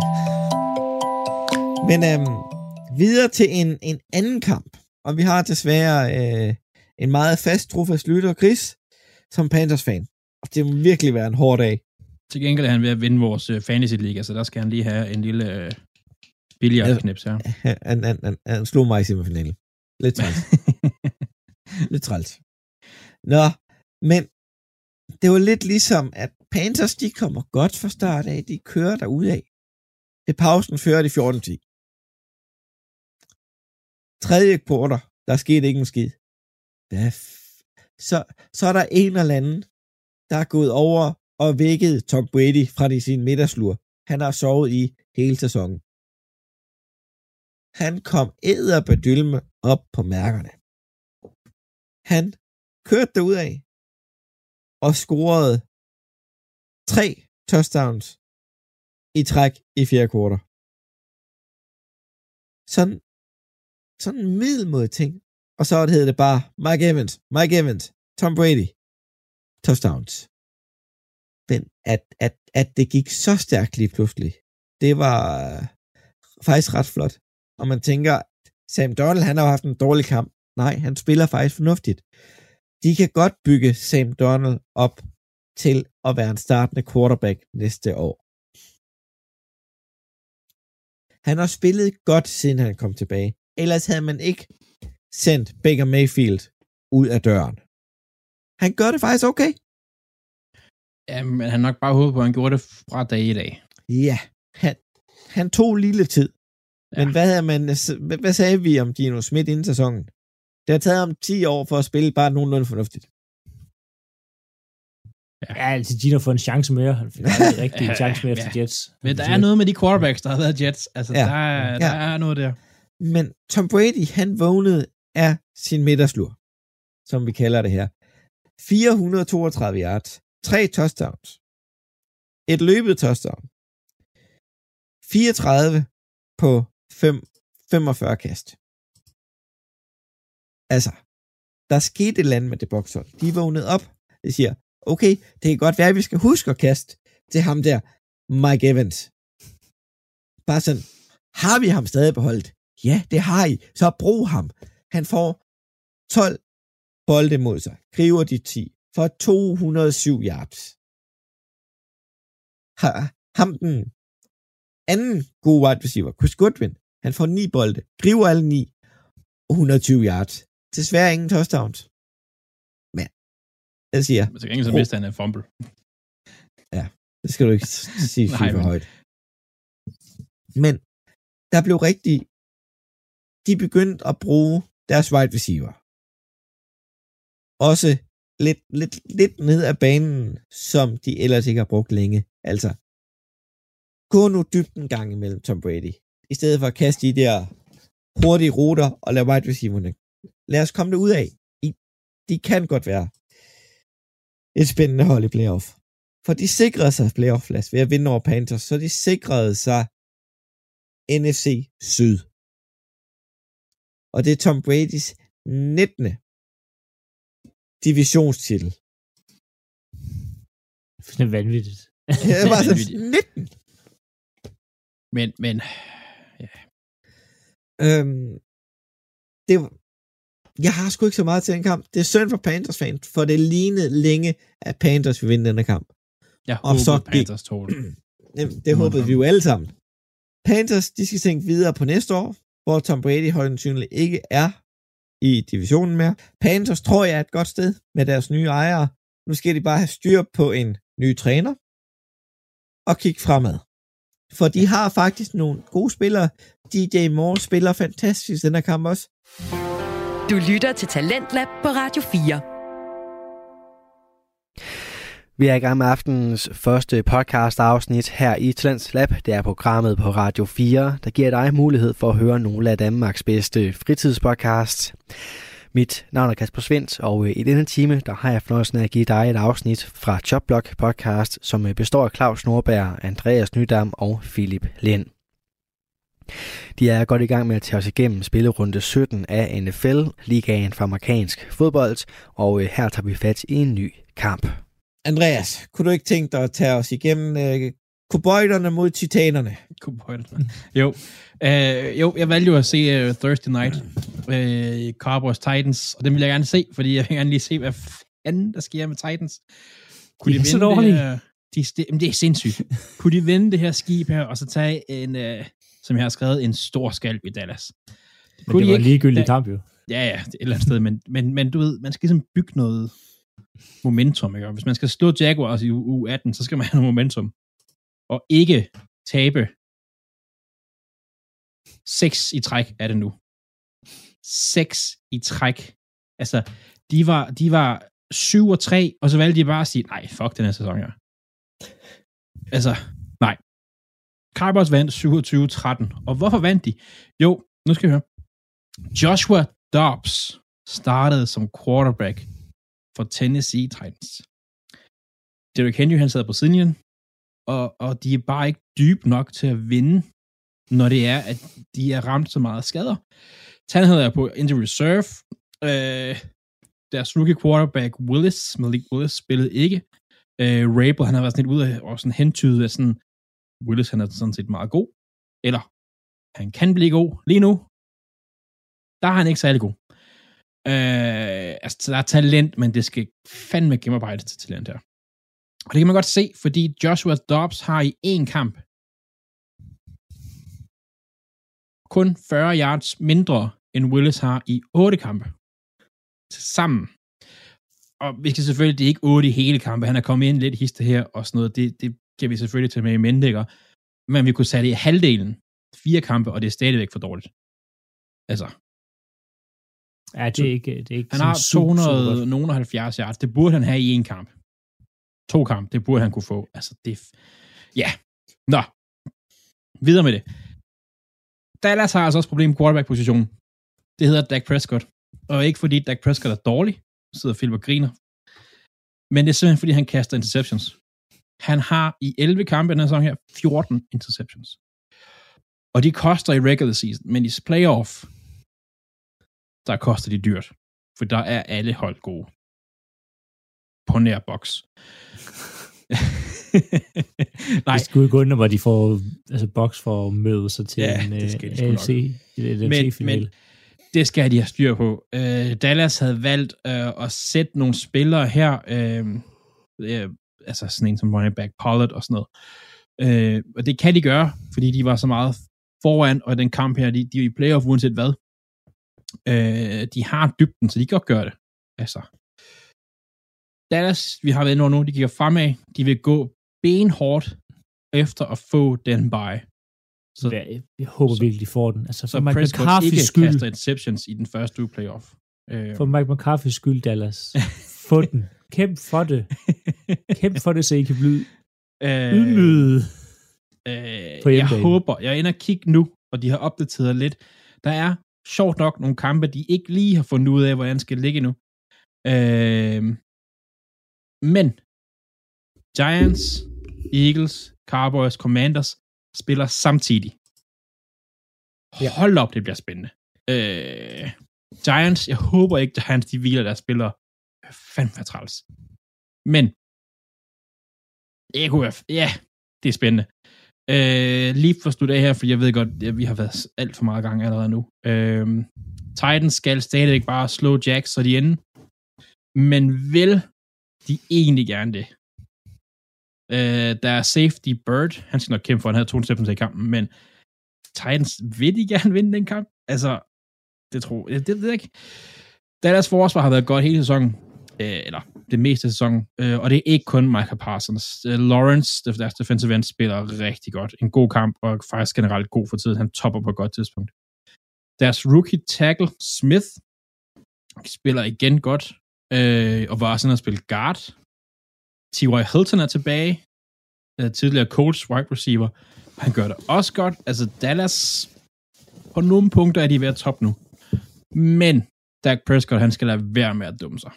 Men videre til en anden kamp. Og vi har desværre en meget fast trofast lytter, Chris, som Panthers-fan. Og det må virkelig være en hård dag. Til gengæld er han ved at vinde vores fantasy-liga, så der skal han lige have en lille billiardknips her. Han slog mig i semifinalen. Lidt træls. Lidt træls. Nå, men det var lidt ligesom, at Panthers, de kommer godt fra start af. De kører derudad. Til pausen fører de 14-10. Tredje kvartal, der skete ikke en skid. Så er der en eller anden, der er gået over og vækket Tom Brady fra sin middagslur. Han har sovet i hele sæsonen. Han kom edderbedylme op på mærkerne. Han kørte derudad og scorede 3 touchdowns i træk i 4. kvartal. sådan en middelmåde ting. Og så hed det bare Mike Evans, Tom Brady, touchdowns. Men at det gik så stærkt lige pludselig, det var faktisk ret flot. Og man tænker, Sam Darnold, han har jo haft en dårlig kamp. Nej, han spiller faktisk fornuftigt. De kan godt bygge Sam Darnold op til at være en startende quarterback næste år. Han har spillet godt, siden han kom tilbage. Ellers havde man ikke sendt Baker Mayfield ud af døren. Han gør det faktisk okay. Ja, men han nok bare håbet på, at han gjorde det fra dag i dag. Ja, han tog lille tid. Ja. Men hvad sagde vi om Geno Smith inden sæsonen? Det har taget ham 10 år for at spille bare nogenlunde fornuftigt. Ja, altså Gino får en chance mere. Han fik aldrig rigtig en chance mere efter Jets. Men der er noget med de quarterbacks, der har været Jets. Altså, der er noget der. Men Tom Brady, han vågnede af sin middagslur, som vi kalder det her. 432 yards, 3 touchdowns, et løbet touchdown, 34 på 45 kast. Altså, der skete et eller andet med det bokshold. De vågnede op. De siger, okay, det kan godt være, at vi skal huske at kaste til ham der, Mike Evans. Bare sådan, har vi ham stadig beholdt? Ja, det har I. Så brug ham. Han får 12 bolde mod sig. Griber de 10 for 207 yards. Ham den anden gode wide receiver, Chris Godwin, han får 9 bolde. Griber alle 9 og 120 yards. Desværre ingen touchdowns. Men jeg siger... Men så kan ingen så miste han en fumble. Ja, det skal du ikke sige for højt. Men der blev rigtig... De begyndte at bruge deres wide receiver. Også lidt ned ad banen, som de ellers ikke har brugt længe. Altså, gå nu dybden gang imellem Tom Brady. I stedet for at kaste de der hurtige ruter og lade wide receiverne. Lad os komme det ud af. De kan godt være et spændende hold i playoff. For de sikrede sig playoff-plads ved at vinde over Panthers, så de sikrede sig NFC Syd. Og det er Tom Bradys 19. divisionstitel. Det er vanvittigt. Det var så 19. Men ja. Jeg har sgu ikke så meget til den kamp. Det er synd for Panthers fans, for det lignede længe, at Panthers ville vinde denne kamp. Jeg håber, Panthers tog det. Det håbede vi jo alle sammen. Panthers, de skal tænke videre på næste år, hvor Tom Brady højst sandsynligt ikke er i divisionen mere. Panthers tror jeg er et godt sted med deres nye ejere. Nu skal de bare have styr på en ny træner og kigge fremad. For de har faktisk nogle gode spillere. DJ Moore spiller fantastisk den her kamp også. Du lytter til Talentlab på Radio 4. Vi er i gang med aftenens første podcast-afsnit her i Talentlab. Det er programmet på Radio 4, der giver dig mulighed for at høre nogle af Danmarks bedste fritidspodcasts. Mit navn er Kasper Svendt, og i denne time der har jeg fornøjelsen af at give dig et afsnit fra Chopblock podcast, som består af Claus Nordberg, Andreas Nydam og Philip Lind. De er godt i gang med at tage os igennem spillerunde 17 af NFL, ligaen for amerikansk fodbold, og her tager vi fat i en ny kamp. Andreas, kunne du ikke tænke dig at tage os igennem Cowboyderne mod Titanerne? Cowboyderne. Jo, jeg valgte jo at se Thursday Night Cowboys Titans, og det vil jeg gerne se, fordi jeg vil gerne lige se, hvad fanden der sker med Titans. Kunne de vinde det her? Det er sindssygt. Kunne de vinde det her skib her, og så tage en, som jeg har skrevet, en stor skalp i Dallas? Men det var en ligegyldig kamp jo. Ja, det er et eller andet sted, men du ved, man skal ligesom bygge noget momentum, ikke? Hvis man skal slå Jaguars i uge 18, så skal man have noget momentum. Og ikke tabe 6 i træk er det nu. 6 i træk. Altså, de var 7-3, og så valgte de bare at sige, nej, fuck den her sæson her. Altså, nej. Cowboys vandt 27-13. Og hvorfor vandt de? Jo, nu skal vi høre. Joshua Dobbs startede som quarterback for Tennessee Titans. Derrick Henry, han sad på sidelinjen, og de er bare ikke dybe nok til at vinde når det er, at de er ramt så meget af skader. Tannehill er på injury reserve. Deres rookie quarterback Malik Willis spillede ikke. Rabel, han har været sådan lidt ude af og sådan hentydet af sådan, Willis, han er sådan set meget god. Eller, han kan blive god. Lige nu, der er han ikke særlig god. Altså, der er talent, men det skal fandme gennemarbejdes til talent her. Og det kan man godt se, fordi Joshua Dobbs har i én kamp kun 40 yards mindre, end Willis har i 8 kampe. Sammen. Og vi skal selvfølgelig, det er ikke 8 i hele kampe, han er kommet ind lidt histe her og sådan noget, det kan vi selvfølgelig tage med i mente, ikke? Men vi kunne sætte i halvdelen 4 kampe, og det er stadigvæk for dårligt. Altså. Ja, det er ikke han har 270 yards, det burde han have i 1 kamp. 2 kampe, det burde han kunne få. Altså, det ja. Nå. Videre med det. Dallas har altså også problem med quarterback-positionen. Det hedder Dak Prescott. Og ikke fordi Dak Prescott er dårlig, sidder og filmer og griner. Men det er simpelthen fordi, han kaster interceptions. Han har i 11 kampe i den her sæson her 14 interceptions. Og de koster i regular season, men i playoff, der koster de dyrt. For der er alle hold gode. På nær box. Nej. Det skulle gå under, hvor de får, altså box for at møde sig til en AFC-finale. Men det skal de have styr på. Dallas havde valgt at sætte nogle spillere her, altså sådan en som running back Pollard og sådan noget. Og det kan de gøre, fordi de var så meget foran, og den kamp her, de er i playoff uanset hvad. De har dybden, så de kan godt gøre det. Altså. Dallas, vi har været inde over nu, de kigger fremad. De vil gå benhårdt efter at få den bye. Så jeg håber virkelig, de får den. Altså, så Prescott ikke kaster interceptions i den første uge playoff. For Mike McCarthy's skyld, Dallas. Få den. Kæmp for det. Kæmp for det, så I kan blive ydmyget. Jeg håber, jeg er inde og kigge nu, og de har opdateret lidt. Der er sjovt nok nogle kampe, de ikke lige har fundet ud af, hvordan skal ligge nu. Men Giants, Eagles, Cowboys, Commanders spiller samtidig. Ja. Hold op, det bliver spændende. Giants, jeg håber ikke, Giants de hviler deres spillere. Fandme træls. Men ja, det er spændende. Lige for at slutte af her, for jeg ved godt, at vi har været alt for meget gang allerede nu. Titans skal stadigvæk bare slå Jacks, så de ende. Men vil de egentlig gerne det? Der er safety Bird. Han skal nok kæmpe for, han havde 2 interceptions i kampen, men Titans vil de gerne vinde den kamp? Altså, det ved jeg ikke. Dallas forsvar har været godt hele sæsonen, eller det meste af sæsonen, og det er ikke kun Micah Parsons. Lawrence, deres defensive end, spiller rigtig godt. En god kamp, og faktisk generelt god for tiden. Han topper på et godt tidspunkt. Deres rookie tackle, Smith, spiller igen godt, og var sådan at spille guard. T.Y. Hilton er tilbage, tidligere Colts wide receiver. Han gør det også godt. Altså Dallas, på nogle punkter er de ved at top nu. Men Dak Prescott, han skal lade være med at dumme sig.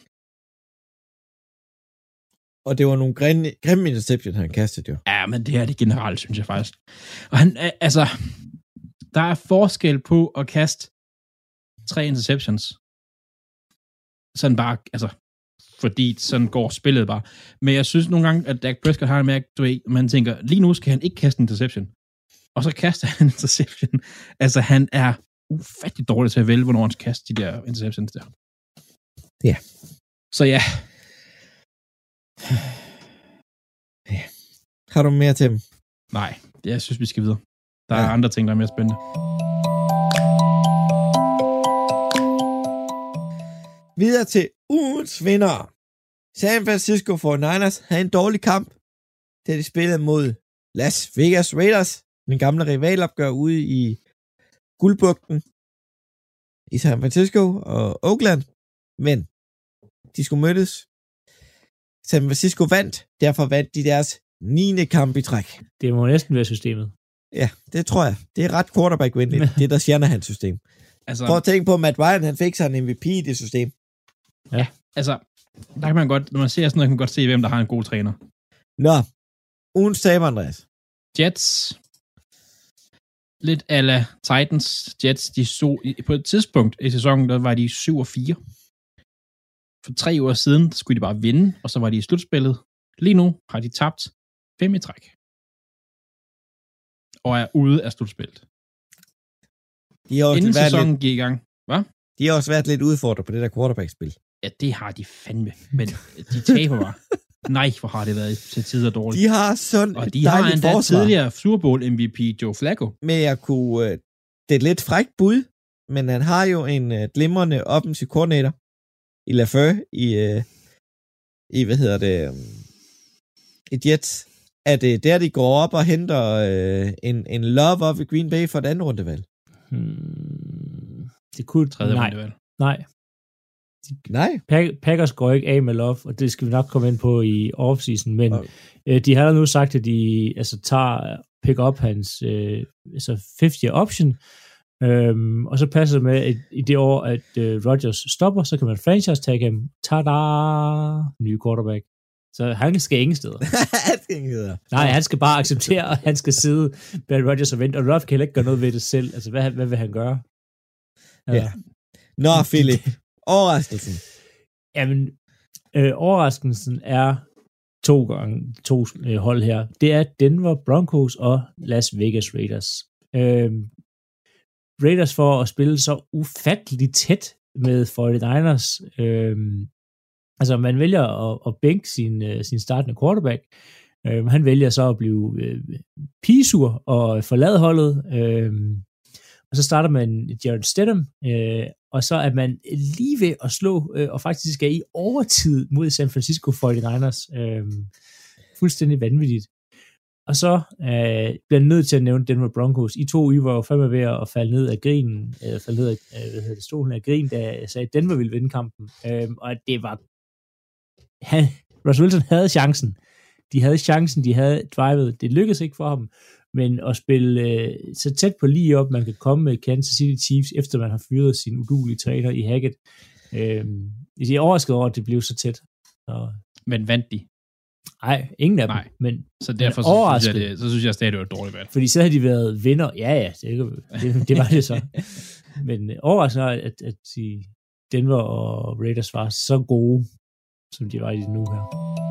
Og det var nogle grimme interception, han kastede jo. Ja, men det er det generelt, synes jeg faktisk. Og han, altså, der er forskel på at kaste 3 interceptions. Sådan bare, altså, fordi sådan går spillet bare. Men jeg synes nogle gange, at Dak Prescott har en mærke, man tænker, lige nu skal han ikke kaste en interception. Og så kaster han en interception. Altså, han er ufattelig dårlig til at vælge, hvornår han skal kaste de der interceptions der. Ja. Så ja. Ja. Har du mere til dem? Nej, jeg synes, vi skal videre. Der er andre ting, der er mere spændende. Videre til ugens vinder. San Francisco 49ers havde en dårlig kamp, da de spillede mod Las Vegas Raiders, den gamle rivalopgør ude i Guldbugten i San Francisco og Oakland, men de skulle mødes. San Francisco vandt, derfor vandt de deres 9. kamp i træk. Det må næsten være systemet. Ja, det tror jeg. Det er ret quarterback-venligt. Det er der Shanahan system. Altså, prøv at tænke på, Matt Ryan, han fik sig en MVP i det system. Ja, altså, der kan man godt, når man ser sådan noget, kan man godt se, hvem der har en god træner. Nå, ugens taber, Andreas. Jets. lidt a la Titans, Jets, på et tidspunkt i sæsonen, der var de 7-4. For 3 uger siden skulle de bare vinde, og så var de i slutspillet. Lige nu har de tabt 5 i træk. Og er ude af slutspillet. Inden sæsonen gik i gang. Hvad? De har også været lidt udfordret på det der quarterback-spil. Ja, det har de fandme. Men de taber bare. Nej, hvor har det været til tider dårligt. De har sådan og de har endda tidligere Super Bowl MVP Joe Flacco. Men jeg kunne... det er et lidt frækt bud, men han har jo en glimrende offensive coordinator i LaFleur i hvad hedder det... i Jets. Er det der, de går op og henter en love op i Green Bay for et andet rundevalg? Det kunne... Tredje rundevalg. Nej. Packers går ikke af med Love, og det skal vi nok komme ind på i offseason, men de har nu sagt, at de pick up hans 50-year option, og så passer det med, at i det år, at Rodgers stopper, så kan man franchise-tagge ham. Tada! Nye quarterback. Så han skal ingen steder. Nej, han skal bare acceptere, at han skal sidde bag Rodgers og vente, og Ruff kan heller ikke gøre noget ved det selv. Altså, hvad vil han gøre? Ja. Nå, Philip. Overraskelsen. Jamen, overraskelsen er to hold her. Det er Denver Broncos og Las Vegas Raiders. Raiders for at spille så ufatteligt tæt med 49ers. Altså, man vælger at bænke sin startende quarterback. Han vælger så at blive pigesur og forlade holdet. Og så starter man Jarrett Stidham, og så er man lige ved at slå, og faktisk er i overtid mod San Francisco 49ers. Fuldstændig vanvittigt. Og så bliver jeg nødt til at nævne Denver Broncos. I 2 uger var jo fandme ved at falde ned af grinen, falde ned af stolen af grin, da jeg sagde, at Denver ville vinde kampen. Og det var... Russell Wilson havde chancen. De havde drivet. Det lykkedes ikke for ham. Men at spille så tæt på lige op, man kan komme med Kansas City Chiefs, efter man har fyret sin uduelige træner i Hackett. De er overrasket over, at det blev så tæt. Men vandt de? Nej, ingen af dem. Nej. Men så derfor så synes jeg stadig, det var et dårligt valg. Fordi så havde de været vinder. Ja, det var det så. Men overraskende at Denver og Raiders var så gode, som de var i nu her.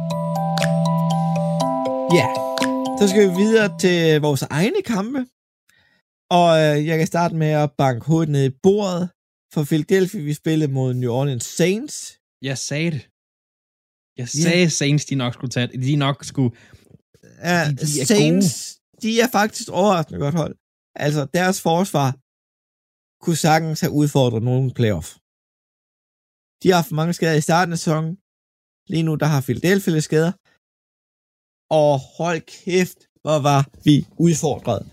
Ja. Så skal vi videre til vores egne kampe, og jeg kan starte med at banke hovedet ned i bordet. For Philadelphia, vi spillede mod New Orleans Saints. Jeg sagde det. Jeg sagde Saints, de nok skulle tage det. De nok skulle... Ja, de Saints, gode. De er faktisk overraskende godt hold. Altså, deres forsvar kunne sagtens have udfordret nogen playoff. De har haft mange skader i starten af sæsonen. Lige nu, der har Philadelphia skader. Og hold kæft, hvor var vi udfordret.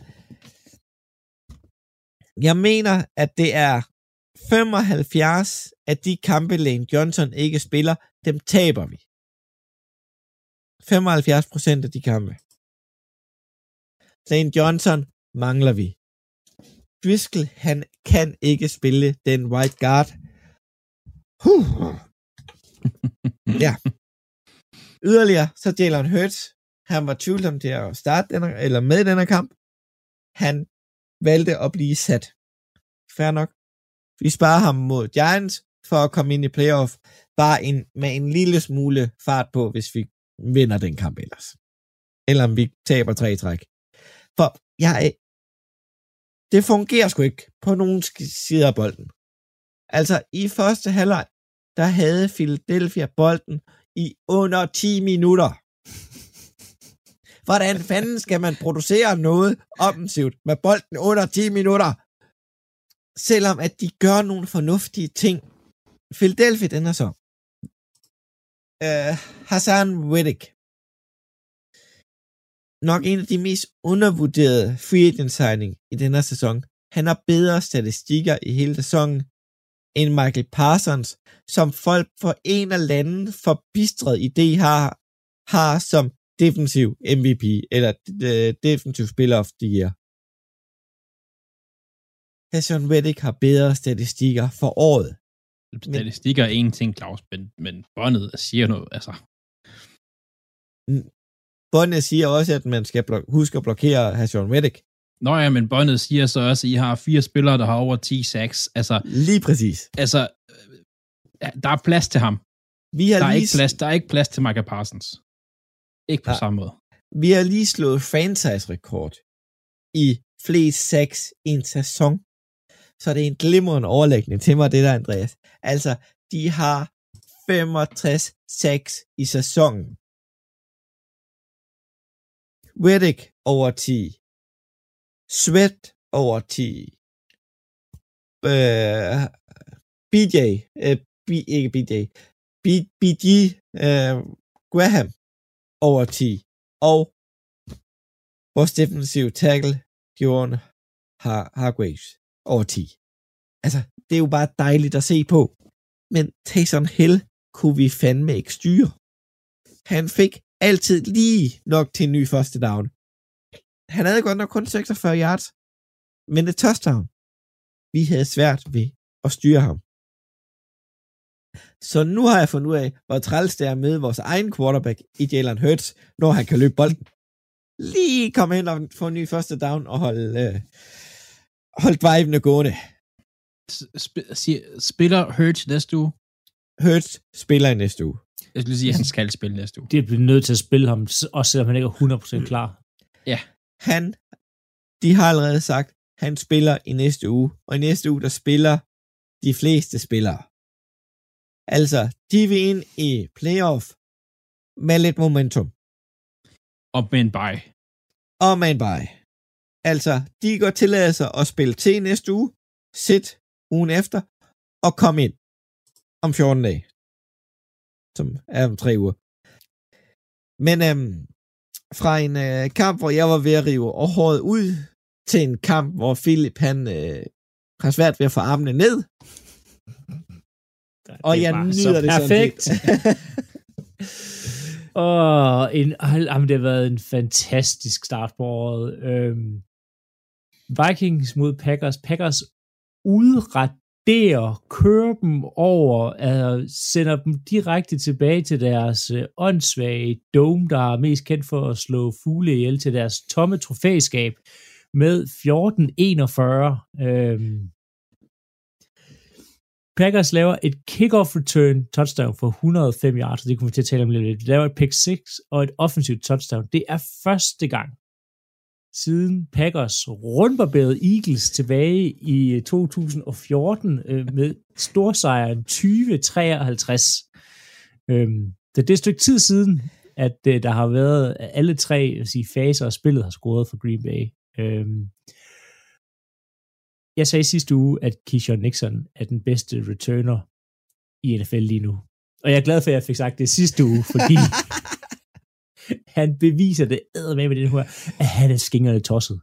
Jeg mener, at det er 75 af de kampe, Lane Johnson ikke spiller, dem taber vi. 75% af de kampe. Lane Johnson mangler vi. Driscoll, han kan ikke spille den right guard. Ja. Yderligere, så Jalen Hurts. Han var tvivlsom til at starte med denne kamp. Han valgte at blive sat. Fair nok. Vi sparer ham mod Giants for at komme ind i playoff. Bare med en lille smule fart på, hvis vi vinder den kamp ellers. Eller om vi taber 3 i træk. For det fungerer sgu ikke på nogen sider af bolden. Altså i første halvleg, der havde Philadelphia bolden i under 10 minutter. Hvordan fanden skal man producere noget offensivt med bolden under 10 minutter? Selvom at de gør nogle fornuftige ting. Philadelphia, den er så. Hassan Reddick. Nok en af de mest undervurderede free agent signing i denne sæson. Han har bedre statistikker i hele sæsonen end Michael Parsons, som folk for en eller anden forbistret idé har som defensiv MVP, eller defensiv spiller of the year. Hassan Reddick har bedre statistikker for året. Statistikker er en ting, Claus, men båndet siger noget, altså. Båndet siger også, at man skal huske at blokere Hassan Reddick. Nå ja, men båndet siger så også, at I har 4 spillere, der har over 10 sacks. Altså, lige præcis. Altså, der er plads til ham. Der er ikke plads til Micah Parsons. Ikke på samme måde. Vi har lige slået franchise-rekord i flest sacks i en sæson. Så det er en glimrende overlægning til mig, det der, Andreas. Altså, de har 65 sacks i sæsonen. Reddick over 10. Sweat over 10. BG Graham over 10. Og vores defensive tackle, Jordan Hargraves, over 10. Altså, det er jo bare dejligt at se på. Men Taysom Hill kunne vi fandme ikke styre. Han fik altid lige nok til en ny første down. Han havde godt nok kun 46 yards, men et touchdown. Vi havde svært ved at styre ham. Så nu har jeg fundet ud af, hvor træls det er med vores egen quarterback i Jalen Hurts, når han kan løbe bolden. Lige komme hen og få en ny første down og holde drivene gående. Spiller Hurts næste uge? Hurts spiller i næste uge. Jeg skulle sige, at han skal spille næste uge. Det bliver nødt til at spille ham, også selvom han ikke er 100% klar. Ja. De har allerede sagt, han spiller i næste uge, og i næste uge, der spiller de fleste spillere. Altså, de vil ind i playoff med lidt momentum. Og med en bye. Altså, de går tilladelse sig at spille til næste uge, sit ugen efter, og komme ind om 14 dage. Som er om 3 uger. Men fra en kamp, hvor jeg var ved at rive og håret ud, til en kamp, hvor Philip han har svært ved at få armene ned. Og jeg nyder det perfekt. Det har været en fantastisk start på året. Vikings mod Packers. Packers udraderer, kører dem over, sender dem direkte tilbage til deres åndssvage dome, der er mest kendt for at slå fugle ihjel, til deres tomme trofæskab med 14-41. Packers laver et kick-off return touchdown for 105 yards, det kommer vi til at tale om lidt. De laver et pick 6 og et offensivt touchdown. Det er første gang siden Packers rundbarberede Eagles tilbage i 2014 med storsejren 20-53. Så det er et stykke tid siden, at der har været alle 3 faser af spillet har scoret for Green Bay. Jeg sagde sidste uge, at Keyshawn Nixon er den bedste returner i NFL lige nu. Og jeg er glad for, at jeg fik sagt det sidste uge, fordi han beviser det med den her, at han er skingerne tosset.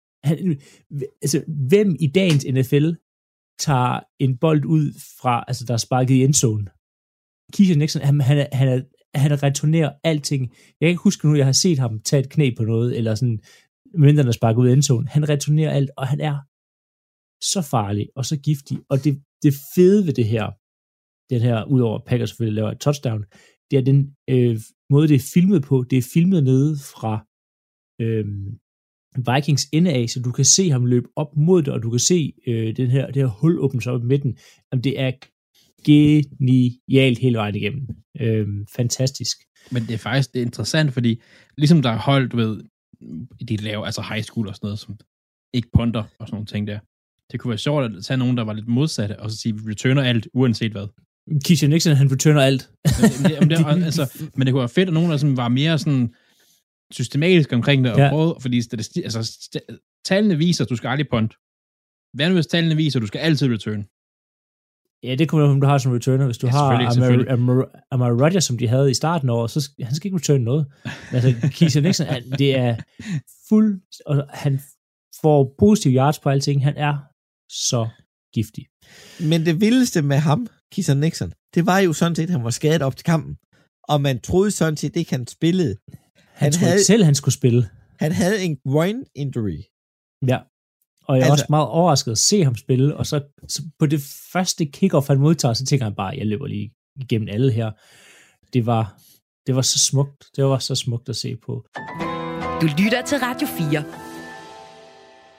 Hvem i dagens NFL tager en bold ud fra, der er sparket i endzone? Keyshawn Nixon, han returnerer alting. Jeg kan ikke huske nu, jeg har set ham tage et knæ på noget, eller sådan, mindre der sparker ud i endzone. Han returnerer alt, og han er så farlig og så giftig. Og det fede ved den her, udover at Packers selvfølgelig laver et touchdown, det er den måde, det er filmet på. Det er filmet nede fra Vikings ende af, så du kan se ham løbe op mod det, og du kan se det her hul åbne sig op i midten. Jamen, det er genialt hele vejen igennem. Fantastisk. Men det er faktisk interessant, fordi ligesom der er hold, du ved, de laver high school og sådan noget, som ikke punter og sådan nogle ting der. Det kunne være sjovt at tage nogen, der var lidt modsatte, og så sige, vi returner alt, uanset hvad. Keyshawn Nixon, han returner alt. Men det kunne være fedt, at nogen, der sådan var mere sådan systematisk omkring det, og prøve, fordi tallene viser, at du skal aldrig punt. Hvad nu hvis tallene viser, at du skal altid return? Ja, det kunne være, om du har som returner. Hvis du har Amari Rodgers, som de havde i starten af året, så han skal ikke returne noget. Keyshawn Nixon, det er fuld, og han får positive yards på alting. Han er så giftig. Men det vildeste med ham, Keyshawn Nixon, det var jo sådan set, at han var skadet op til kampen. Og man troede sådan set ikke, han spillede. Han troede ikke selv, han skulle spille. Han havde en groin injury. Ja, og jeg er også meget overrasket at se ham spille, og så på det første kickoff, han modtager, så tænker han bare, jeg løber lige igennem alle her. Det var så smukt. Det var så smukt at se på. Du lytter til Radio 4.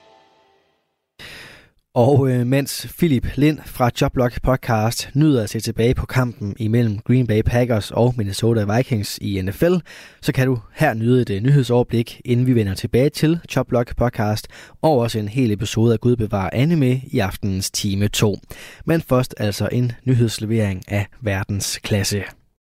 Og mens Philip Lind fra Jobblock Podcast nyder at se tilbage på kampen imellem Green Bay Packers og Minnesota Vikings i NFL, så kan du her nyde et nyhedsoverblik, inden vi vender tilbage til Jobblock Podcast, og også en hel episode af Gud bevare anime i aftenens time 2. Men først altså en nyhedslevering af verdensklasse.